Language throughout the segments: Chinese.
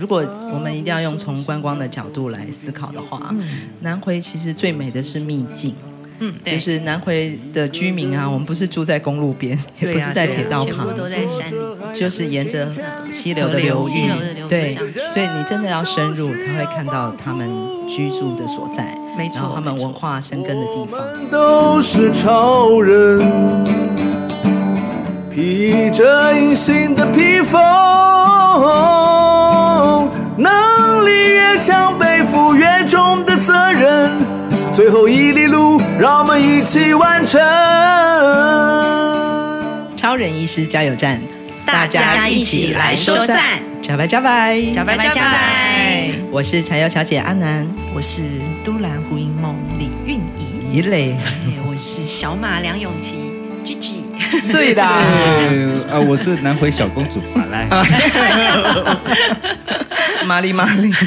如果我们一定要用从观光的角度来思考的话，南回其实最美的是秘境。 对， 就是南回的居民啊，我们不是住在公路边，也不是在铁道旁， 全部都在山里， 就是沿着溪流的流域，对，所以你真的要深入才会看到他们居住的所在， 没错， 然后他们文化生根的地方。 都是超人，披着隐形的披风，能力越强，背负越重的责任。最后一里路，让我们一起完成。 超人医师加油站， 大家一起来说赞， 加拜加拜， 加拜加拜。 我是柴油小姐阿南， 我是都兰胡因梦李韵仪，我是小马梁咏琪，Gigi， 对啦， 我是南回小公主马来， 玛丽玛丽。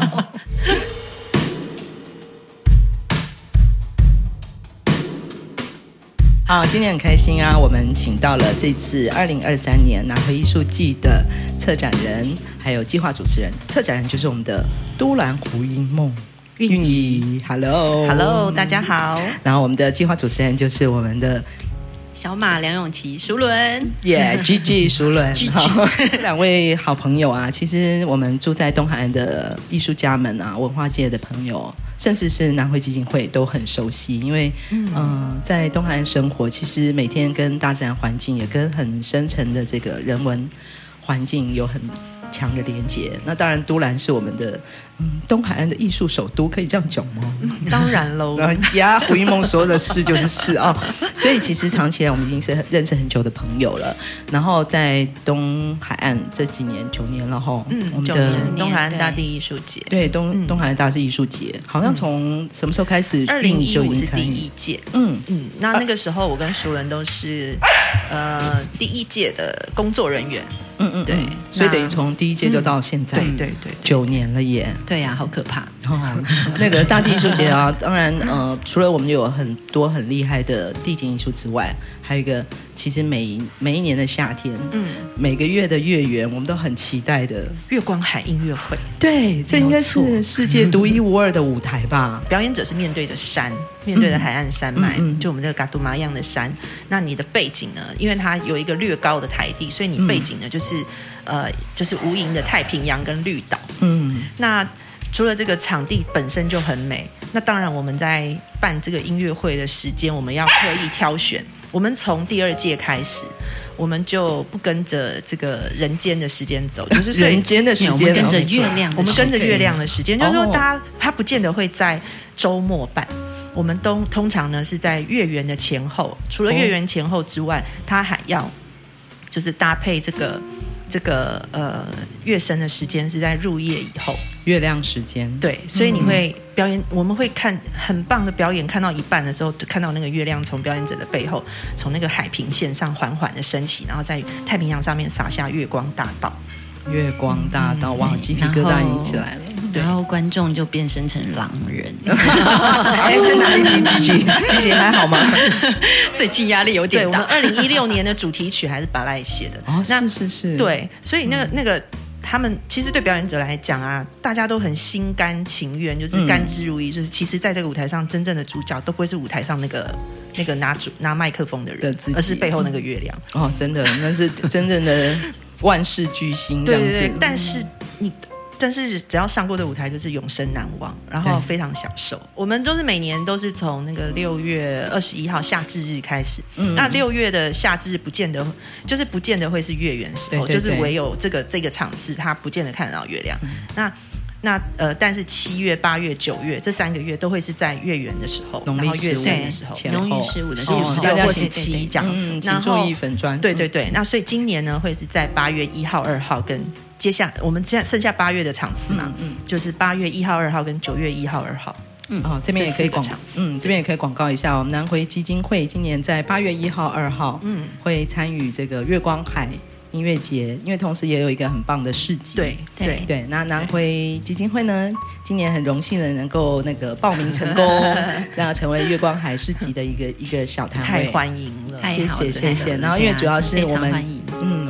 好，今天很开心啊！我们请到了这次2023年南回艺术季的策展人，还有计划主持人。策展人就是我们的都兰胡因梦韵仪 ，Hello， 大家好。 然后我们的计划主持人就是我们的小马梁咏琪淑伦 ，Gigi 淑伦，两位好朋友啊。其实我们住在东海岸的艺术家们啊，文化界的朋友，甚至是南回基金会都很熟悉，因为在东海岸生活，其实每天跟大自然环境也跟很深层的这个人文环境有很强的连结。那当然都兰是我们的东海岸的艺术首都，可以这样讲吗？ 当然喽， 呀，胡因梦说的是就是是啊、所以其实长期以来我们已经是认识很久的朋友了。然后在东海岸这几年9年了哈，我们的东海岸大地艺术节， 对东海岸大地艺术节，好像从什么时候开始 ？2015是第一届，那个时候我跟淑伦都是第一届的工作人员。对， 所以等于从第一届就到现在， 对 9年了耶。 对呀，好可怕。 那个大地艺术节啊，当然除了我们有很多很厉害的地景艺术之外，还有一个其实每一年的夏天，每个月的月圆，我们都很期待的月光海音乐会。 对，这应该是世界独一无二的舞台吧？ 表演者是面对的山，面对的海岸山脉，就我们这个嘎杜玛样的山。那你的背景呢？因为它有一个略高的台地，所以你背景呢就是无垠的太平洋跟绿岛。那除了这个场地本身就很美，那当然我们在办这个音乐会的时间，我们要刻意挑选。我们从第2届开始，我们就不跟着这个人间的时间走，就是人间的时间， 我们跟着月亮，我们跟着月亮的时间，就是说他不见得会在周末办。我们通常呢是在月圆的前后，除了月圆前后之外，他还要就是搭配这个月升的时间是在入夜以后， 月亮时间。对， 所以你会表演，我们会看很棒的表演，看到一半的时候，看到那个月亮从表演者的背后，从那个海平线上缓缓的升起，然后在太平洋上面洒下月光大道。 月光大道，哇，鸡皮疙瘩引起来了。 然后观众就变身成狼人。 在哪里听？Gigi还好吗？ 最近压力有点大。对，我们2016年的主题曲还是巴赖写的。 是。 对，所以那个他们其实对表演者来讲啊，大家都很心甘情愿，就是甘之如饴。就是其实在这个舞台上，真正的主角都不会是舞台上那个拿麦克风的人，而是背后那个月亮。 哦，真的，那是真正的万事巨星这样子。 对，但是只要上过的舞台就是永生难忘，然后非常享受。我们都是每年都是从那个6月21号夏至日开始，那6月的夏至日不见得会是月圆时候，就是唯有这个场次它不见得看得到月亮。但是7月、8月、9月这3个月都会是在月圆的时候，然后月升的时候， 农历15的时候 ，16或17这样子。 请注意粉专。 对，那所以今年呢会是在8月1号、2号跟接下我们现在剩下8月的场次嘛，就是8月1号、2号跟9月1号、2号。 这边也可以这边也可以广告一下，我们南回基金会今年在8月1号、2号，会参与这个月光海音乐节，因为同时也有一个很棒的市集。对，那南回基金会呢，今年很荣幸的能够报名成功，让成为月光海市集的一个小摊位。 太欢迎了， 谢谢。然后因为主要是我们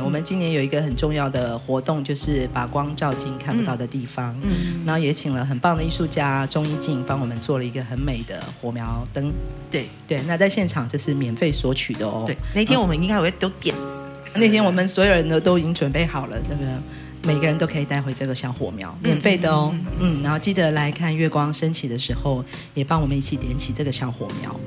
我们今年有一个很重要的活动，就是把光照进看不到的地方。然后也请了很棒的艺术家钟一静帮我们做了一个很美的火苗灯。 对， 那在现场这是免费索取的哦。 对，那天我们应该会都点。 那天我们所有人都已经准备好了，那个每个人都可以带回这个小火苗，免费的哦。然后记得来看月光升起的时候，也帮我们一起点起这个小火苗。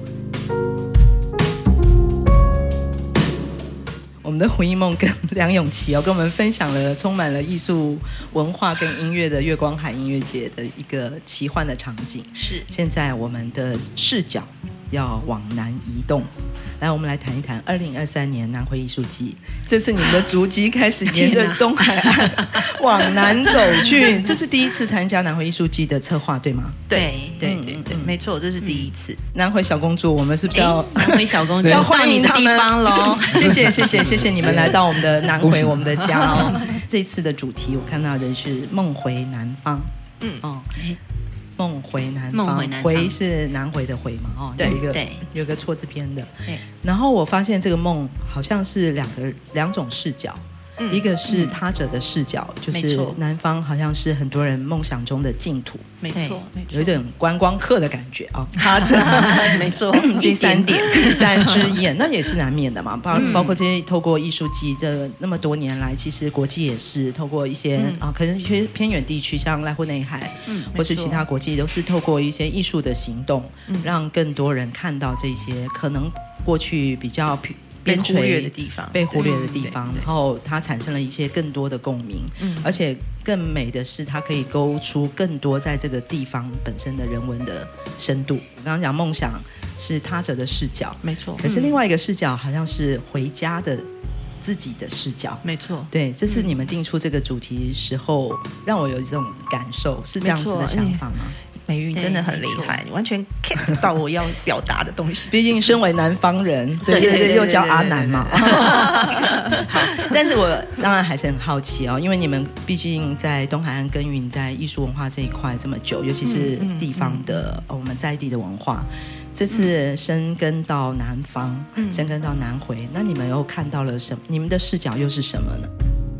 我们的胡一梦跟梁咏琪跟我们分享了充满了艺术文化跟音乐的月光海音乐节的一个奇幻的场景。 是， 现在我们的视角要往南移动。来，我们来谈一谈2023年南回艺术季。这次你们的足迹开始沿着东海岸往南走去，这是第一次参加南回艺术季的策划，对吗？ 对，没错，这是第一次。 南回小公主，我们是不是要南回小公主要欢迎他们地方喽？ 谢谢你们来到我们的南回，我们的家哦。这次的主题我看到的是梦回南方。梦回南方，回是南回的回嘛？哦，有一个错字边的。然后我发现这个梦好像是两种视角，一个是他者的视角，就是南方好像是很多人梦想中的净土， 没错， 有一点观光客的感觉啊。他者没错， 第三只眼，那也是难免的嘛。包括这些透过艺术季这那么多年来，其实国际也是透过一些可能一些偏远地区，像濑户内海，或是其他国际，都是透过一些艺术的行动，让更多人看到这些可能过去比较被忽略的地方， 然后它产生了一些更多的共鸣，而且更美的是它可以勾出更多在这个地方本身的人文的深度。我刚刚讲梦想是他者的视角， 没错， 可是另外一个视角好像是回家的自己的视角， 没错， 对，这是你们定出这个主题时候让我有这种感受，是这样子的想法吗？ 美玉真的很厉害，你完全 get 到我要表达的东西。 毕竟身为南方人，对，又叫阿南嘛。好，但是我当然还是很好奇哦，因为你们毕竟在东海岸耕耘在艺术文化这一块这么久，尤其是地方的我们在地的文化。这次深耕到南方，深耕到南回，那你们又看到了什么？你们的视角又是什么呢？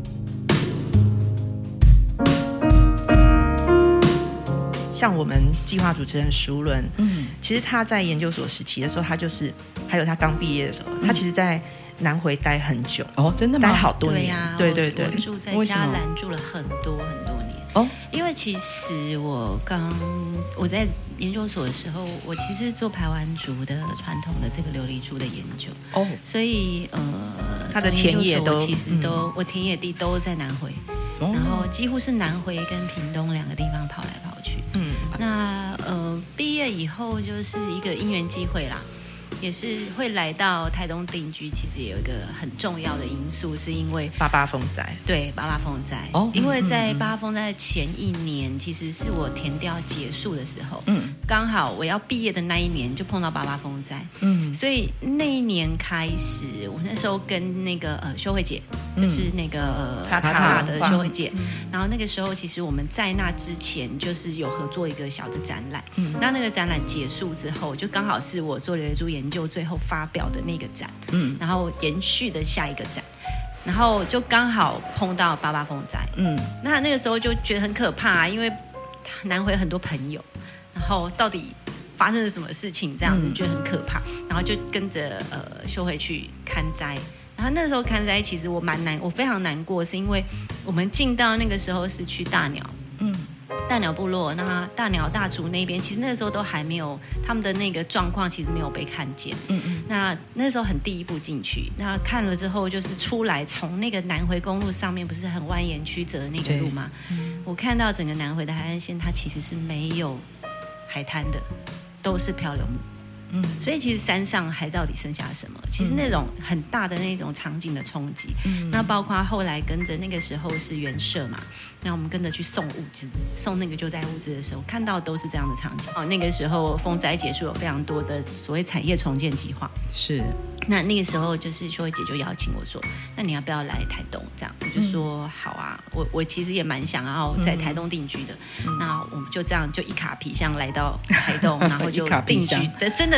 像我们计划主持人淑伦，其实他在研究所时期的时候，他就是还有他刚毕业的时候，他其实在南回待很久哦，真的吗？ 待好多年，对， 我住在嘉兰住了很多年哦。因为其实我在研究所的时候，我其实做排湾族的传统的这个琉璃珠的研究哦，所以他的田野都其实我田野地都在南回。然后几乎是南回跟屏东两个地方跑来跑去。那毕业以后就是一个因缘机会啦，也是会来到台东定居。其实也有一个很重要的因素，是因为 88风灾。 对，88风灾。因为在88风灾的前一年，其实是我田调结束的时候，刚好我要毕业的那一年就碰到88风灾。所以那一年开始，我那时候跟那个秀慧姐，就是那个塔的秀慧姐，然后那个时候其实我们在那之前就是有合作一个小的展览。那个展览结束之后，就刚好是我做琉璃珠研究最后发表的那个展，然后延续的下一个展，然后就刚好碰到88风灾。那个时候就觉得很可怕，因为南回很多朋友，然后到底发生了什么事情，这样子觉得很可怕，然后就跟着秀慧去看灾。然后那时候看灾，其实我非常难过，是因为我们进到那个时候是去大鸟，大鸟部落，那大鸟大竹那边，其实那个时候都还没有他们的那个状况，其实没有被看见。那时候很第一步进去，那看了之后就是出来，从那个南回公路上面不是很蜿蜒曲折的那个路吗？我看到整个南回的海岸线，它其实是没有海滩的，都是漂流木。所以其实山上还到底剩下什么？其实那种很大的那种场景的冲击，那包括后来跟着那个时候是原社嘛，那我们跟着去送物资，送那个救灾物资的时候，看到都是这样的场景。那个时候风灾结束，有非常多的所谓产业重建计划。 是， 那个时候就是秀慧姐就邀请我说，那你要不要来台东？这样我就说好啊，我其实也蛮想要在台东定居的。那我们就这样就一卡皮箱来到台东，然后就定居。真的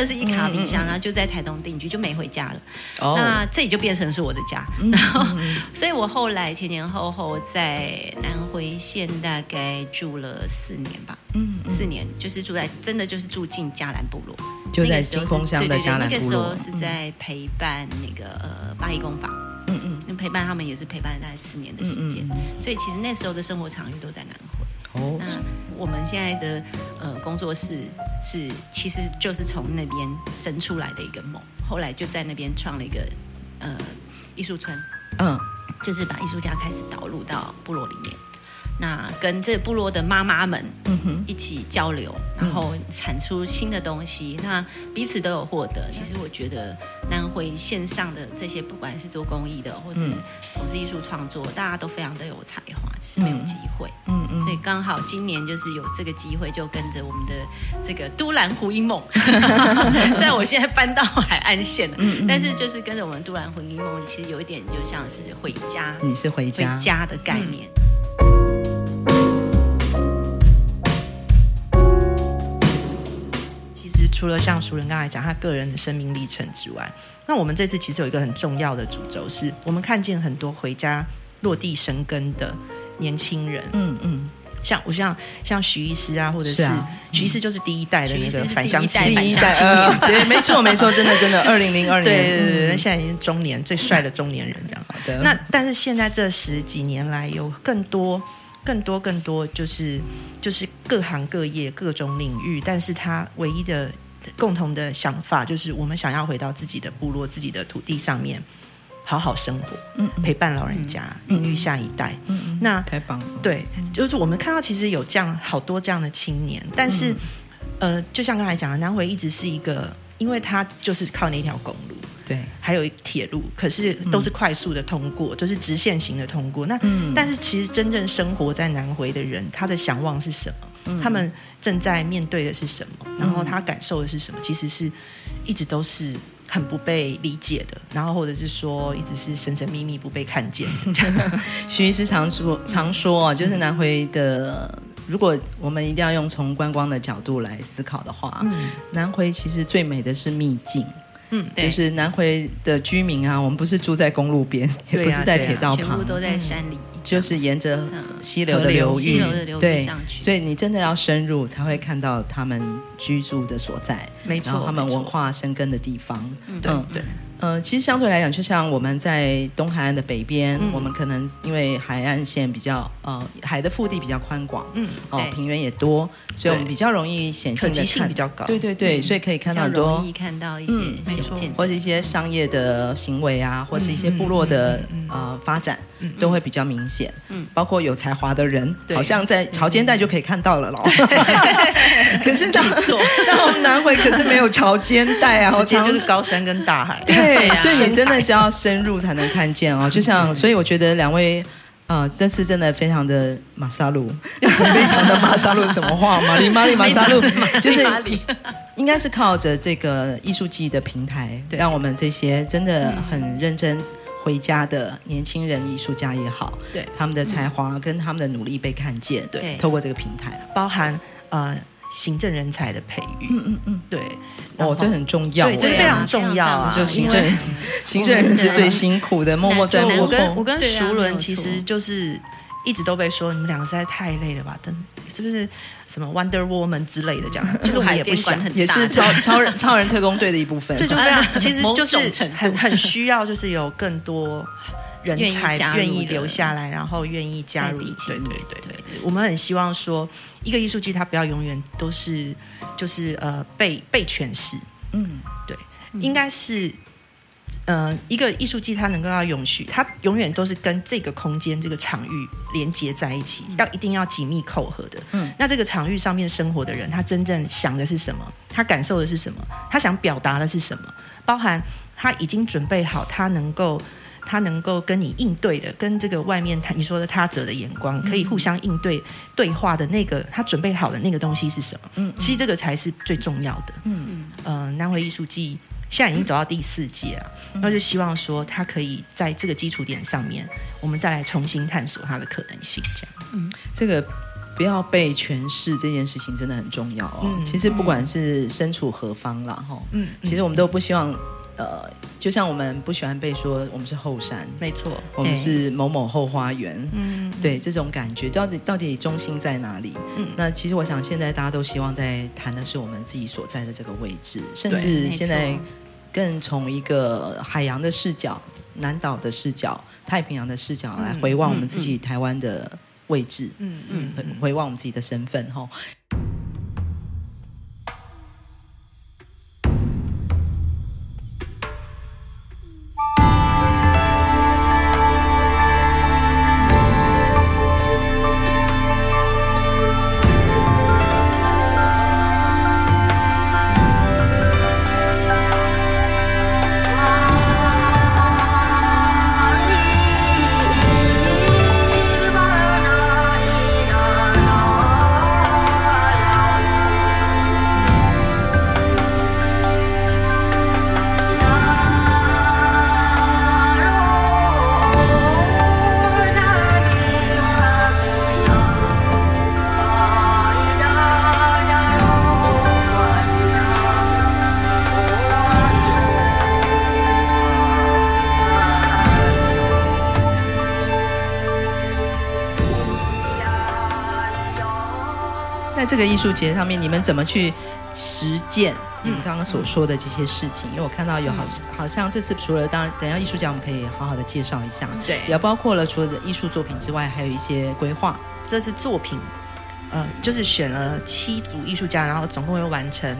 的是一卡冰箱，然后就在台东定居，就没回家了。那这里就变成是我的家。然后，所以我后来前后在南回县大概住了4年吧。4年就是真的就是住进嘉兰部落， 就在金峰乡的嘉兰部落。 那个时候是在陪伴那个八一工坊。陪伴他们也是陪伴了大概4年的时间，所以其实那时候的生活场域都在南回。那我们现在的工作室其实就是从那边生出来的一个梦，后来就在那边创了一个艺术村，就是把艺术家开始导入到部落里面。那跟这部落的妈妈们一起交流，然后产出新的东西，那彼此都有获得。其实我觉得南回线上的这些，不管是做公益的，或是从事艺术创作，大家都非常的有才华，只是没有机会。所以刚好今年就是有这个机会，就跟着我们的这个都兰湖音梦。虽然我现在搬到海岸线了，但是就是跟着我们都兰湖音梦，其实有一点就像是回家， 你是回家的概念。 除了像淑仁刚才讲他个人的生命历程之外，那我们这次其实有一个很重要的主轴，是我们看见很多回家落地生根的年轻人。像徐医师啊，或者是徐医师就是第一代的那个返乡青年， 对，没错，真的2002年， 对，现在已经中年最帅的中年人这样。 好的。 那但是现在这10几年来，有更多，就是各行各业各种领域，但是他唯一的共同的想法就是我们想要回到自己的部落、自己的土地上面，好好生活，陪伴老人家，孕育下一代。那太棒了。 对，就是我们看到其实有好多这样的青年，但是就像刚才讲的，南回一直是一个，因为它就是靠那条公路。 对， 还有铁路，可是都是快速的通过，就是直线型的通过。那但是其实真正生活在南回的人，他的想望是什么？他们正在面对的是什么？然后他感受的是什么？其实是一直都是很不被理解的，然后或者是说一直是神神秘秘不被看见。 徐医师常说，就是南回的。如果我们一定要用从观光的角度来思考的话，南回其实最美的是秘境。就是南回的居民啊，我们不是住在公路边，也不是在铁道旁， 全部都在山里， 就是沿着溪流的流域， 对， 所以你真的要深入才会看到他们居住的所在， 没错， 然后他们文化生根的地方。 对。 其实相对来讲，就像我们在东海岸的北边，我们可能因为海岸线比较海的腹地比较宽广，平原也多，所以我们比较容易显性的可及性比较高， 对，所以可以看到很多， 容易看到一些显见， 或者一些商业的行为啊，或是一些部落的发展，都会比较明显。包括有才华的人，好像在潮间带就可以看到了咯。可是到我们南回可是没有潮间带啊， 直接就是高山跟大海。 对，所以你真的是要深入才能看见哦。就像，所以我觉得两位，这次真的非常的马萨路，非常的马萨路，什么话？马里马萨路，就是应该是靠着这个艺术季的平台，让我们这些真的很认真回家的年轻人、艺术家也好， 对他们的才华跟他们的努力被看见， 对， 透过这个平台， 包含行政人才的培育，对。 这很重要， 对，这非常重要啊！ 就行政人是最辛苦的，默默在幕后。 我跟淑伦其实就是一直都被说你们两个实在太累了吧？是不是什么 Wonder Woman 之类的这样？其实我们也不想， 也是超人特工队的一部分。 对，就非常，其实就是很需要，就是有更多人才愿意留下来，然后愿意加入。对，我们很希望说，一个艺术季它不要永远都是就是被诠释。对，应该是一个艺术季它能够要永续，它永远都是跟这个空间这个场域连接在一起，一定要紧密扣合的。那这个场域上面生活的人，他真正想的是什么？他感受的是什么？他想表达的是什么？包含他已经准备好，他能够跟你应对的，跟这个外面你说的他者的眼光可以互相应对对话的那个，他准备好的那个东西是什么？其实这个才是最重要的。南回艺术季现在已经走到第4届了，那就希望说他可以在这个基础点上面，我们再来重新探索它的可能性。这样， 这个不要被诠释这件事情真的很重要哦。其实不管是身处何方啦，其实我们都不希望。就像我们不喜欢被说我们是后山， 没错， 我们是某某后花园，对这种感觉，到底中心在哪里？那其实我想现在大家都希望在谈的是我们自己所在的这个位置，甚至现在更从一个海洋的视角、南岛的视角、太平洋的视角来回望我们自己台湾的位置，回望我们自己的身份哈。在这个艺术节上面，你们怎么去实践你们刚刚所说的这些事情？因为我看到有好像这次除了当然等一下艺术家我们可以好好的介绍一下， 对， 也包括了除了艺术作品之外，还有一些规划。 这次作品，就是选了7组艺术家，然后总共有完成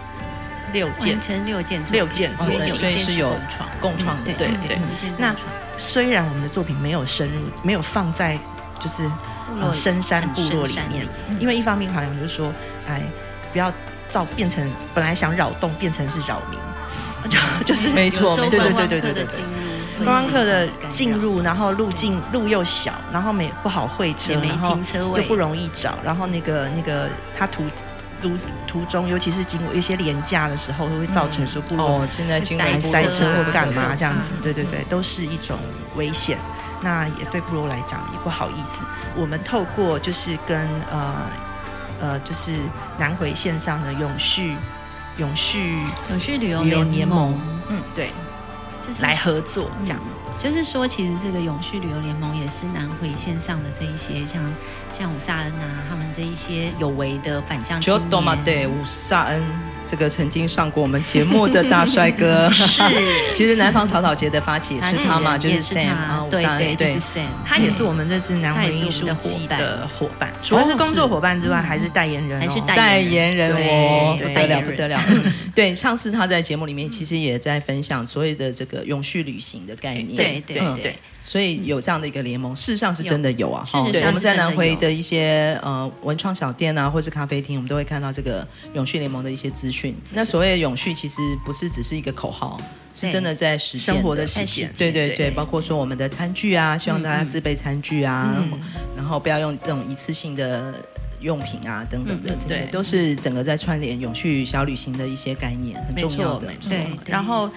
6件， 完成6件作品， 所以是有共创的， 对。那虽然我们的作品没有深入，没有放在就是深山部落里面，因为一方面好像就是说，不要变成本来想扰动，变成是扰民，就是没错， 对，观光客的进入，然后路又小，然后不好会车， 也没停车位， 又不容易找，然后那个它途中，尤其是经过一些连假的时候，会造成说部落现在经过塞车或干嘛这样子，对，都是一种危险。那也对部落来讲也不好意思。我们透过就是跟就是南回线上的永续旅游联盟， 对，就是来合作这样。 就是说，其实这个永续旅游联盟也是南回线上的这一些像伍萨恩啊，他们这一些有为的返乡青年。 对，伍萨恩这个曾经上过我们节目的大帅哥， 是。 其实南方草草节的发起也是他嘛，就是 Sam 啊， 对，就是 Sam， 他也是我们这次南回艺术季的伙伴，除了是工作伙伴之外，还是代言人， 代言人哦，不得了。对，上次他在节目里面其实也在分享所谓的这个永续旅行的概念。 对， 所以有这样的一个联盟，事实上是真的有啊。 对， 我们在南回的一些文创小店啊，或是咖啡厅，我们都会看到这个永续联盟的一些资讯。那所谓的永续，其实不是只是一个口号，是真的在实践生活的实践。 对，包括说我们的餐具啊，希望大家自备餐具啊，然后不要用这种一次性的用品啊等等的，这些都是整个在串联永续小旅行的一些概念，很重要的。 对，然后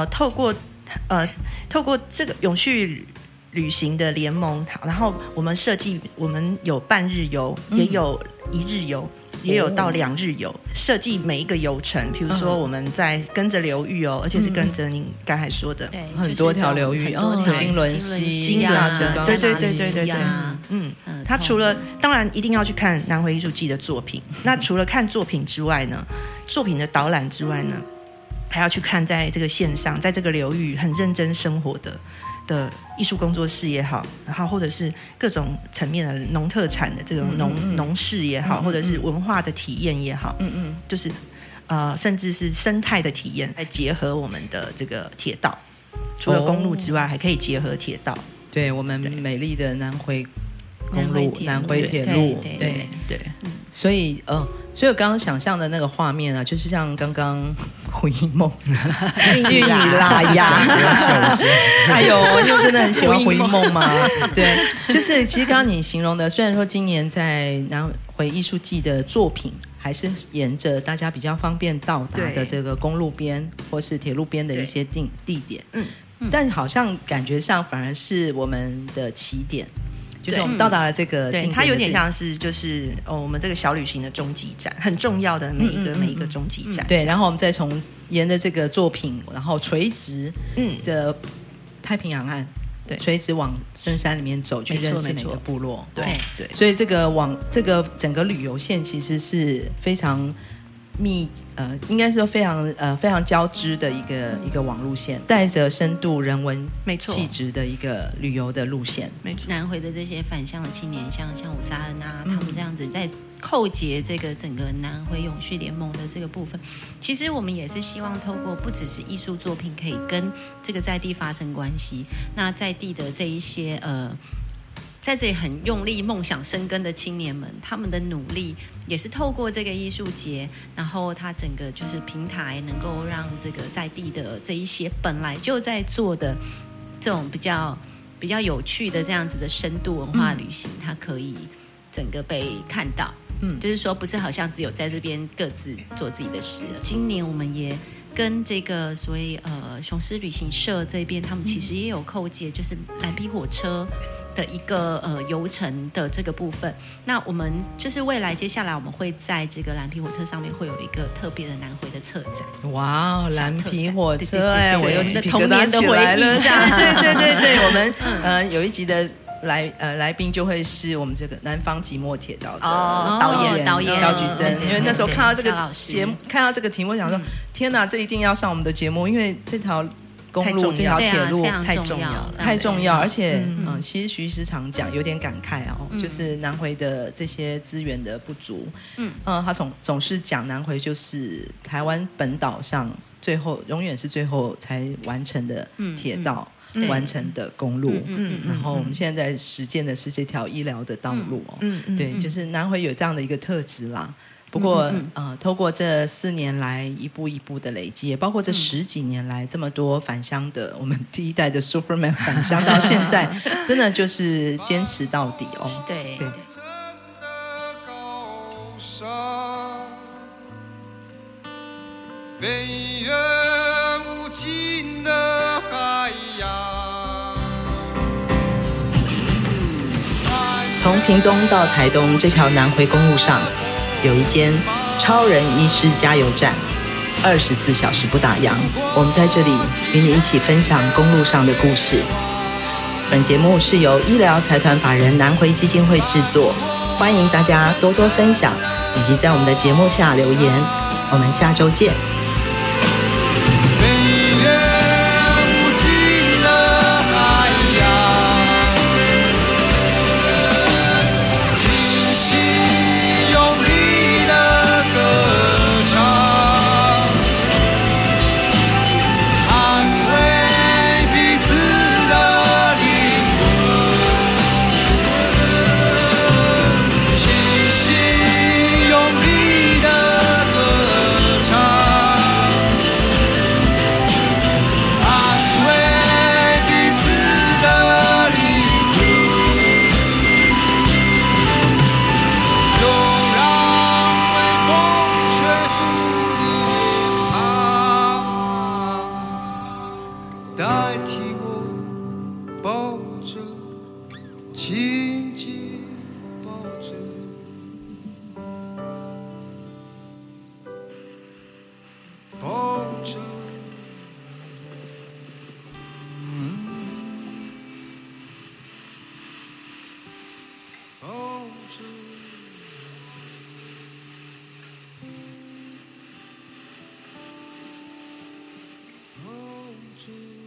透过这个永续旅行的联盟，然后我们有半日游，也有1日游，也有到2日游，设计每一个游程。比如说我们在跟着流域而且是跟着您刚才说的很多条流域，金轮溪啊，对，他除了当然一定要去看南回艺术季的作品，那除了看作品之外呢，作品的导览之外呢，还要去看在这个线上，在这个流域很认真生活的艺术工作室也好，然后或者是各种层面的农特产的这种农事也好，或者是文化的体验也好，就是甚至是生态的体验，来结合我们的这个铁道，除了公路之外，还可以结合铁道。 对，我们美丽的南回公路、南回铁路，对。所以我刚刚想象的那个画面啊，就是像刚刚胡一梦、 玉米拉牙， 哎呦，我就真的很喜欢胡一梦嘛。对，就是其实刚刚你形容的，虽然说今年在南回艺术季的作品，还是沿着大家比较方便到达的这个公路边或是铁路边的一些地点，但好像感觉上反而是我们的起点。 就是我们到达了这个定点的它有点像是就是我们这个小旅行的终极站，很重要的每一个终极站。 对，然后我们再从沿着这个作品，然后垂直的太平洋岸。对，垂直往深山里面走，去认识每个部落。 对， 所以这个整个旅游线其实是非常应该是非常交织的一个网路线，带着深度人文气质的一个旅游的路线。 没错，南回的这些返乡的青年，像伍萨恩啊，他们这样子在扣结这个整个南回永续联盟的这个部分，其实我们也是希望透过不只是艺术作品可以跟这个在地发生关系，那在地的这一些在这里很用力梦想生根的青年们，他们的努力也是透过这个艺术节，然后它整个就是平台能够让这个在地的这一些本来就在做的这种比较有趣的这样子的深度文化旅行，它可以整个被看到。就是说不是好像只有在这边各自做自己的事。今年我们也跟这个所谓雄狮旅行社这边，他们其实也有扣结，就是蓝皮火车的一个游程的这个部分。那我们就是未来接下来我们会在这个蓝皮火车上面会有一个特别的南回的策展。 哇，蓝皮火车我又鸡皮疙瘩起来了。 对，我们有一集的来宾就会是我们这个南方即墨铁道的导演萧菊珍，因为那时候看到这个节目，看到这个题目，想说天哪，这一定要上我们的节目，因为这条公路这条铁路太重要了， 太重要，而且其实徐医师常讲，有点感慨就是南回的这些资源的不足，他总是讲南回就是台湾本岛上永远是最后才完成的铁道。完成的公路，然后我们现在实践的是这条医疗的道路对，就是南回有这样的一个特质啦。不过透过这4年来一步一步的累积，也包括这10几年来这么多返乡的我们第一代的 Superman 返乡到现在，真的就是坚持到底对。 飞越无尽的海洋。 从屏东到台东这条南回公路上，有一间超人医师加油站，24小时不打烊。我们在这里与你一起分享公路上的故事。本节目是由医疗财团法人南回基金会制作，欢迎大家多多分享，以及在我们的节目下留言。我们下周见。 代替我抱着，紧紧抱着，抱着，抱着，抱着。